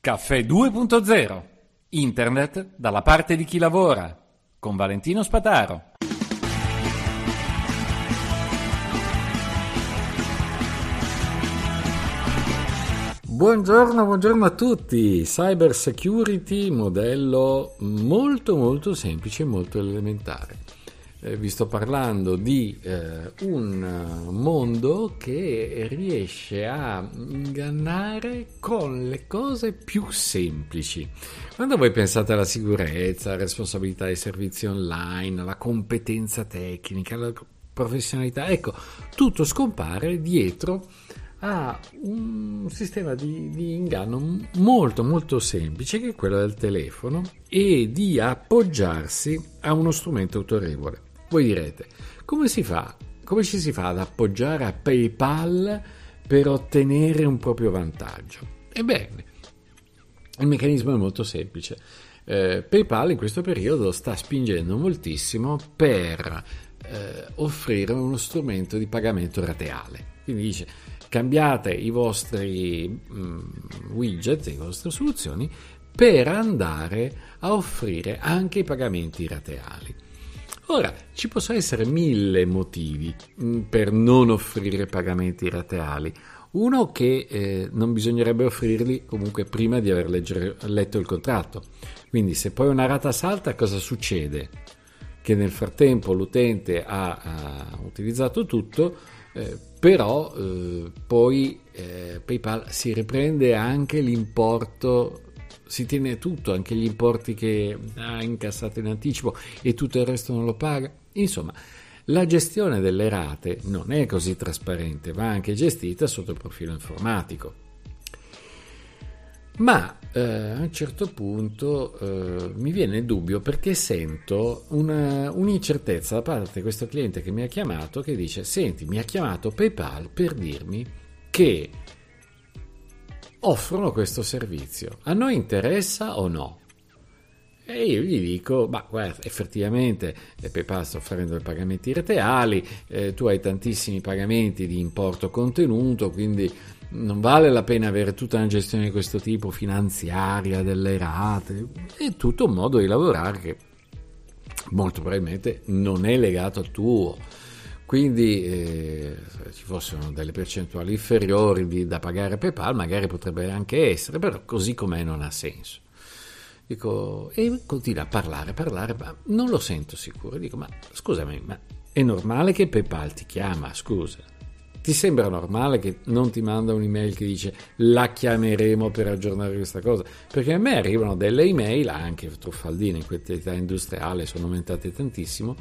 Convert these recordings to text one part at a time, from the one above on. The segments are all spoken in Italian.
Caffè 2.0. Internet dalla parte di chi lavora. Con Valentino Spataro. Buongiorno a tutti. Cyber security, modello molto semplice e molto elementare. Vi sto parlando di un mondo che riesce a ingannare con le cose più semplici. Quando voi pensate alla sicurezza, alla responsabilità dei servizi online, alla competenza tecnica, alla professionalità, ecco, tutto scompare dietro a un sistema di inganno molto semplice, che è quello del telefono, e di appoggiarsi a uno strumento autorevole. Voi direte, come ci si fa ad appoggiare a PayPal per ottenere un proprio vantaggio? Ebbene, il meccanismo è molto semplice. PayPal in questo periodo sta spingendo moltissimo per offrire uno strumento di pagamento rateale. Quindi dice: cambiate i vostri widget, le vostre soluzioni, per andare a offrire anche i pagamenti rateali. Ora, ci possono essere 1000 motivi per non offrire pagamenti rateali. Uno, che non bisognerebbe offrirli comunque prima di aver letto il contratto. Quindi se poi una rata salta, cosa succede? Che nel frattempo l'utente ha utilizzato tutto, però poi PayPal si riprende anche l'importo, si tiene tutto, anche gli importi che ha incassato in anticipo, e tutto il resto non lo paga. Insomma, la gestione delle rate non è così trasparente, va anche gestita sotto il profilo informatico. Ma a un certo punto mi viene il dubbio, perché sento un'incertezza da parte di questo cliente che mi ha chiamato, che dice: senti, mi ha chiamato PayPal per dirmi che offrono questo servizio, a noi interessa o no? E io gli dico: ma guarda, effettivamente PayPal sta offrendo i pagamenti rateali, tu hai tantissimi pagamenti di importo contenuto, quindi non vale la pena avere tutta una gestione di questo tipo, finanziaria, delle rate. È tutto un modo di lavorare che molto probabilmente non è legato al tuo. Quindi ci fossero delle percentuali inferiori da pagare a PayPal, magari potrebbe anche essere, però così com'è non ha senso. Dico, e continua a parlare, ma non lo sento sicuro. Dico: ma scusami, ma è normale che PayPal ti chiama? Scusa, ti sembra normale che non ti manda un'email che dice la chiameremo per aggiornare questa cosa? Perché a me arrivano delle email, anche truffaldine in questa industriale, sono aumentate tantissimo,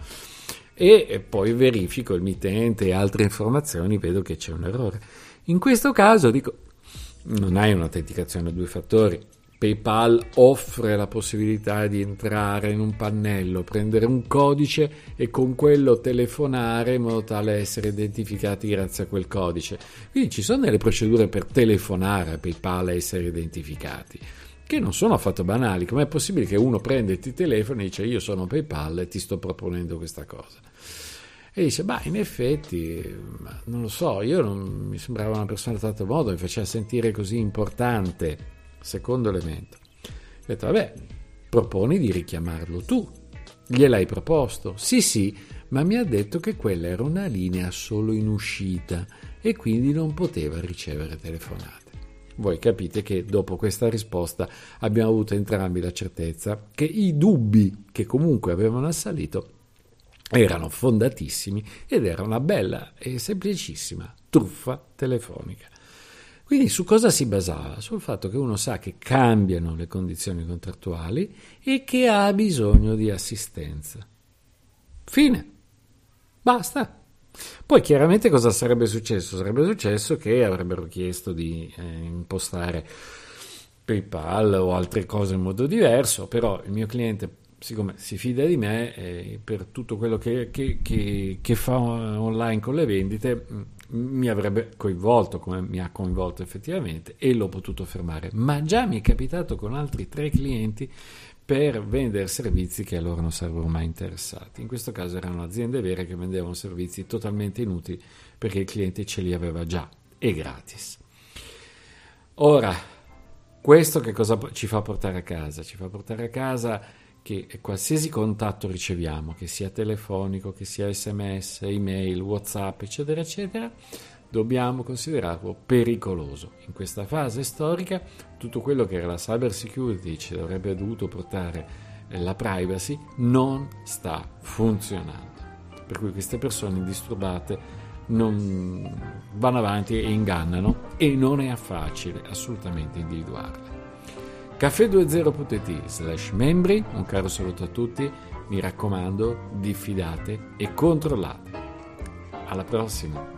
e poi verifico il mittente e altre informazioni, vedo che c'è un errore. In questo caso dico: non hai un'autenticazione a 2 fattori. PayPal offre la possibilità di entrare in un pannello, prendere un codice e con quello telefonare in modo tale da essere identificati grazie a quel codice. Quindi ci sono delle procedure per telefonare a PayPal e essere identificati, che non sono affatto banali. Com'è possibile che uno prende e ti telefona e dice: io sono PayPal e ti sto proponendo questa cosa? E dice: beh, in effetti, non lo so, io non mi sembrava una persona tanto modo, mi faceva sentire così importante. Secondo elemento, ho detto: vabbè, proponi di richiamarlo tu. Gliel'hai proposto? Sì, ma mi ha detto che quella era una linea solo in uscita e quindi non poteva ricevere telefonate. Voi capite che dopo questa risposta abbiamo avuto entrambi la certezza che i dubbi che comunque avevano assalito erano fondatissimi ed era una bella e semplicissima truffa telefonica. Quindi su cosa si basava? Sul fatto che uno sa che cambiano le condizioni contrattuali e che ha bisogno di assistenza. Fine. Basta. Poi chiaramente cosa sarebbe successo? Sarebbe successo che avrebbero chiesto di impostare PayPal o altre cose in modo diverso, però il mio cliente, siccome si fida di me, per tutto quello che fa online con le vendite, mi avrebbe coinvolto, come mi ha coinvolto effettivamente, e l'ho potuto fermare. Ma già mi è capitato con altri 3 clienti per vendere servizi che a loro non sarebbero mai interessati. In questo caso erano aziende vere che vendevano servizi totalmente inutili perché il cliente ce li aveva già e gratis. Ora, Questo che cosa ci fa portare a casa? Ci fa portare a casa che qualsiasi contatto riceviamo, che sia telefonico, che sia SMS, email, WhatsApp, eccetera, eccetera, dobbiamo considerarlo pericoloso. In questa fase storica, tutto quello che era la cyber security ci avrebbe dovuto portare la privacy non sta funzionando. Per cui queste persone indisturbate non vanno avanti e ingannano, e non è facile assolutamente individuarle. caffè20.it/membri, un caro saluto a tutti, mi raccomando, diffidate e controllate. Alla prossima!